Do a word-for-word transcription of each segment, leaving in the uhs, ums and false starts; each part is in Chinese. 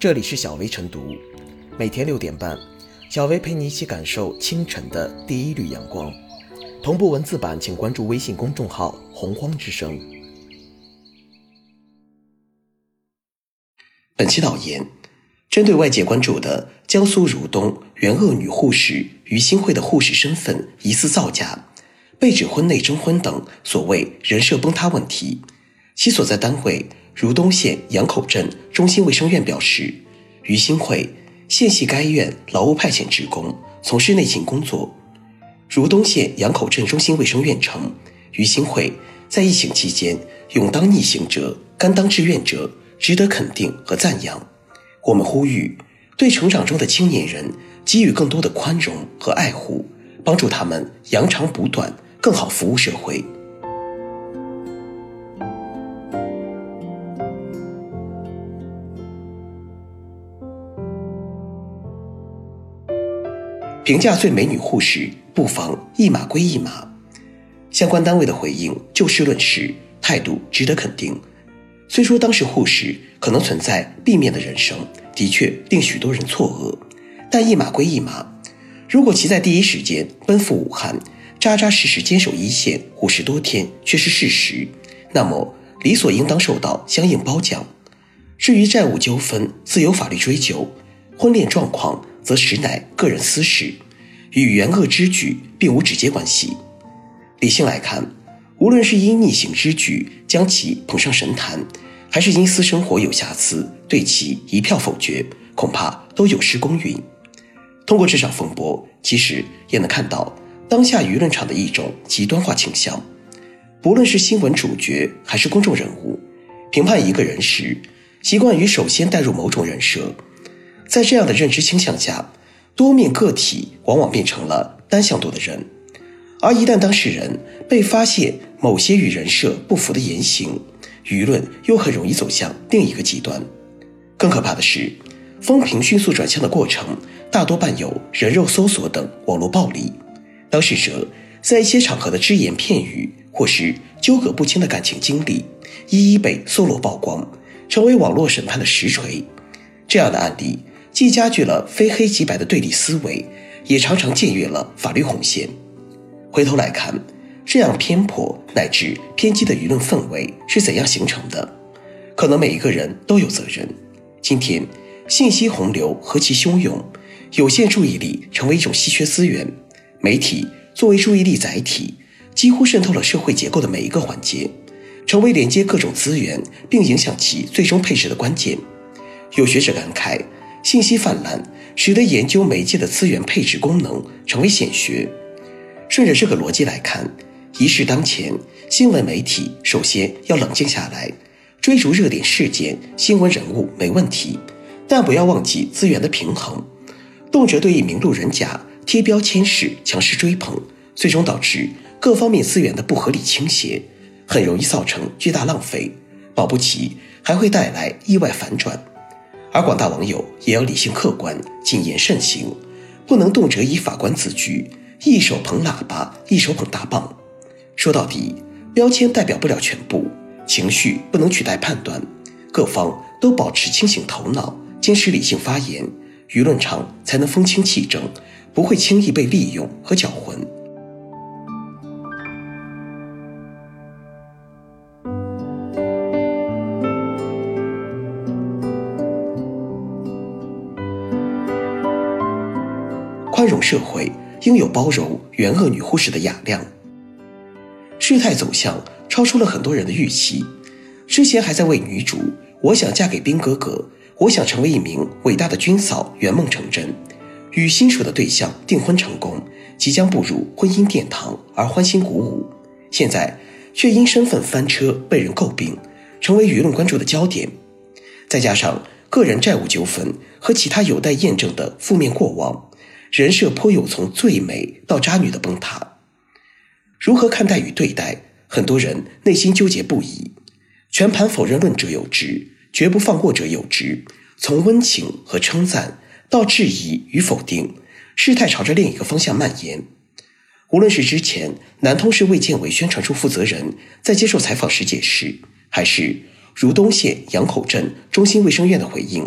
这里是小薇晨读，每天六点半，小薇陪你一起感受清晨的第一缕阳光。同步文字版请关注微信公众号洪荒之声。本期导言，针对外界关注的江苏如东原鄂女护士于新慧的护士身份疑似造假，被指婚内征婚等所谓人设崩塌问题，其所在单位如东县杨口镇中心卫生院表示，于新慧现系该院劳务派遣职工，从事内勤工作。如东县杨口镇中心卫生院称，于新慧在疫情期间勇当逆行者，甘当志愿者，值得肯定和赞扬。我们呼吁对成长中的青年人给予更多的宽容和爱护，帮助他们扬长补短，更好服务社会。评价最美女护士，不妨一码归一码。相关单位的回应就事论事，态度值得肯定。虽说当时护士可能存在避免的人生，的确令许多人错愕，但一码归一码。如果其在第一时间奔赴武汉，扎扎实实坚守一线五十多天却是事实，那么理所应当受到相应褒奖。至于债务纠纷，自有法律追究，婚恋状况则实乃个人私事，与原恶之举并无直接关系。理性来看，无论是因逆行之举将其捧上神坛，还是因私生活有瑕疵对其一票否决，恐怕都有失公允。通过这场风波，其实也能看到当下舆论场的一种极端化倾向。不论是新闻主角还是公众人物，评判一个人时，习惯于首先带入某种人设。在这样的认知倾向下，多面个体往往变成了单向度的人，而一旦当事人被发现某些与人设不符的言行，舆论又很容易走向另一个极端。更可怕的是，风评迅速转向的过程大多伴有人肉搜索等网络暴力，当事者在一些场合的只言片语或是纠葛不清的感情经历一一被搜罗曝光，成为网络审判的实锤。这样的案例既加剧了非黑即白的对立思维，也常常僭越了法律红线。回头来看，这样偏颇乃至偏激的舆论氛围是怎样形成的？可能每一个人都有责任。今天信息洪流何其汹涌，有限注意力成为一种稀缺资源，媒体作为注意力载体，几乎渗透了社会结构的每一个环节，成为连接各种资源并影响其最终配置的关键。有学者感慨，信息泛滥使得研究媒介的资源配置功能成为显学。顺着这个逻辑来看，一事当前，新闻媒体首先要冷静下来，追逐热点事件、新闻人物没问题，但不要忘记资源的平衡。动辄对一名路人甲贴标签式强势追捧，最终导致各方面资源的不合理倾斜，很容易造成巨大浪费，保不齐还会带来意外反转。而广大网友也要理性客观，谨言慎行，不能动辄以法官自居，一手捧喇叭，一手捧大棒。说到底，标签代表不了全部，情绪不能取代判断，各方都保持清醒头脑，坚持理性发言，舆论场才能风清气正，不会轻易被利用和搅浑。宽容社会应有包容原恶女护士的雅量。事态走向超出了很多人的预期，之前还在为女主我想嫁给兵哥哥，我想成为一名伟大的军嫂圆梦成真，与心属的对象订婚成功，即将步入婚姻殿堂而欢欣鼓舞，现在却因身份翻车被人诟病，成为舆论关注的焦点。再加上个人债务纠纷和其他有待验证的负面过往，人设颇有从最美到渣女的崩塌。如何看待与对待，很多人内心纠结不已。全盘否认论者有之，绝不放过者有之。从温情和称赞到质疑与否定，事态朝着另一个方向蔓延。无论是之前南通市卫健委宣传处负责人在接受采访时解释，还是如东县杨口镇中心卫生院的回应，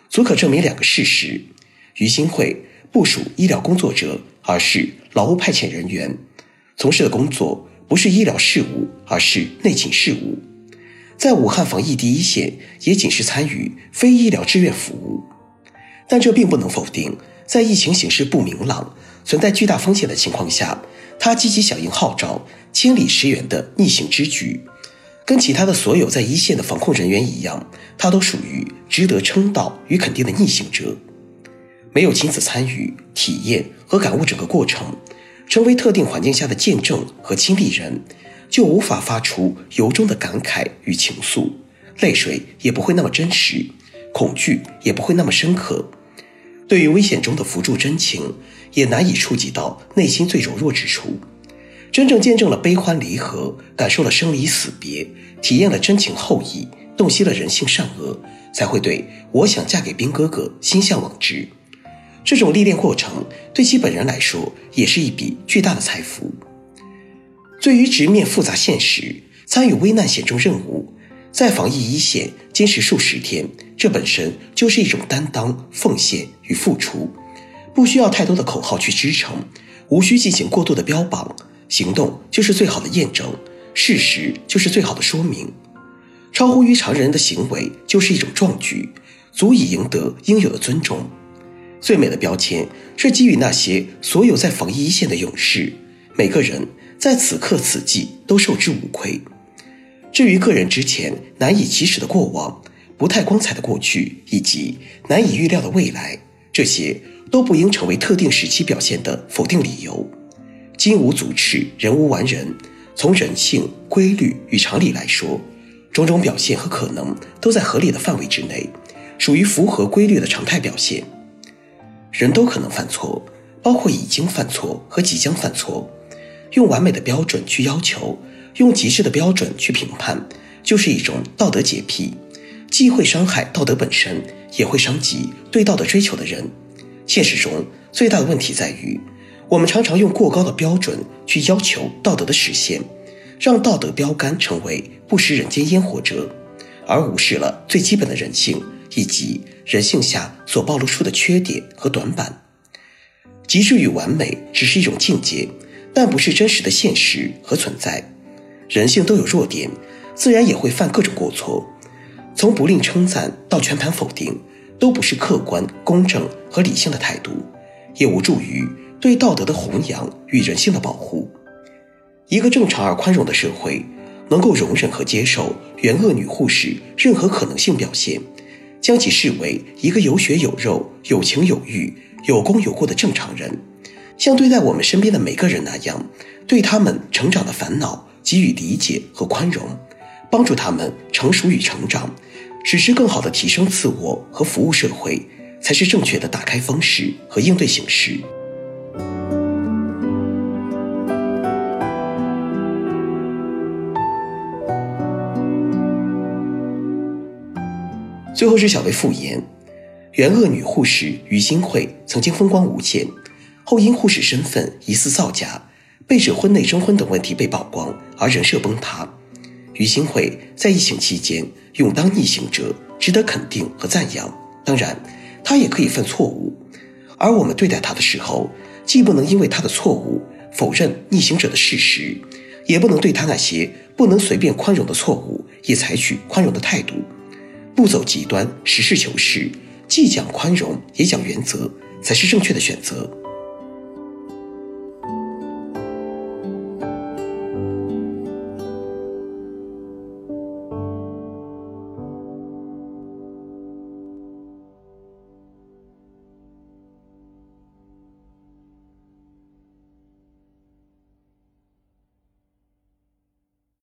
足可证明两个事实：于新会不属医疗工作者，而是劳务派遣人员，从事的工作不是医疗事务，而是内勤事务。在武汉防疫第一线，也仅是参与非医疗志愿服务。但这并不能否定，在疫情形势不明朗、存在巨大风险的情况下，他积极响应号召，千里驰援的逆行之举。跟其他的所有在一线的防控人员一样，他都属于值得称道与肯定的逆行者。没有亲自参与、体验和感悟整个过程，成为特定环境下的见证和亲历人，就无法发出由衷的感慨与情愫，泪水也不会那么真实，恐惧也不会那么深刻。对于危险中的扶助真情，也难以触及到内心最柔弱之处。真正见证了悲欢离合，感受了生离死别，体验了真情厚谊，洞悉了人性善恶，才会对我想嫁给兵哥哥心向往之。这种历练过程对其本人来说也是一笔巨大的财富。对于直面复杂现实，参与危难险中任务，在防疫一线坚持数十天，这本身就是一种担当、奉献与付出，不需要太多的口号去支撑，无需进行过度的标榜，行动就是最好的验证，事实就是最好的说明。超乎于常人的行为就是一种壮举，足以赢得应有的尊重。最美的标签是给予那些所有在防疫一线的勇士，每个人在此刻此际都受之无愧。至于个人之前难以启齿的过往、不太光彩的过去以及难以预料的未来，这些都不应成为特定时期表现的否定理由。金无足赤，人无完人，从人性、规律与常理来说，种种表现和可能都在合理的范围之内，属于符合规律的常态表现。人都可能犯错，包括已经犯错和即将犯错。用完美的标准去要求，用极致的标准去评判，就是一种道德洁癖，既会伤害道德本身，也会伤及对道德追求的人。现实中最大的问题在于，我们常常用过高的标准去要求道德的实现，让道德标杆成为不食人间烟火者，而无视了最基本的人性以及人性下所暴露出的缺点和短板。极致与完美只是一种境界，但不是真实的现实和存在。人性都有弱点，自然也会犯各种过错。从不吝称赞到全盘否定，都不是客观、公正和理性的态度，也无助于对道德的弘扬与人性的保护。一个正常而宽容的社会，能够容忍和接受原恶女护士任何可能性表现，将其视为一个有血有肉、有情有欲、有功有过的正常人，像对待我们身边的每个人那样，对他们成长的烦恼给予理解和宽容，帮助他们成熟与成长，使之更好地提升自我和服务社会，才是正确的打开方式和应对形势。最后是小薇复言，原恶女护士于新慧曾经风光无限，后因护士身份疑似造假，被指婚内征婚等问题被曝光而人设崩塌。于新慧在疫情期间勇当逆行者，值得肯定和赞扬。当然，她也可以犯错误，而我们对待她的时候，既不能因为她的错误否认逆行者的事实，也不能对她那些不能随便宽容的错误也采取宽容的态度。不走极端，实事求是，既讲宽容也讲原则，才是正确的选择。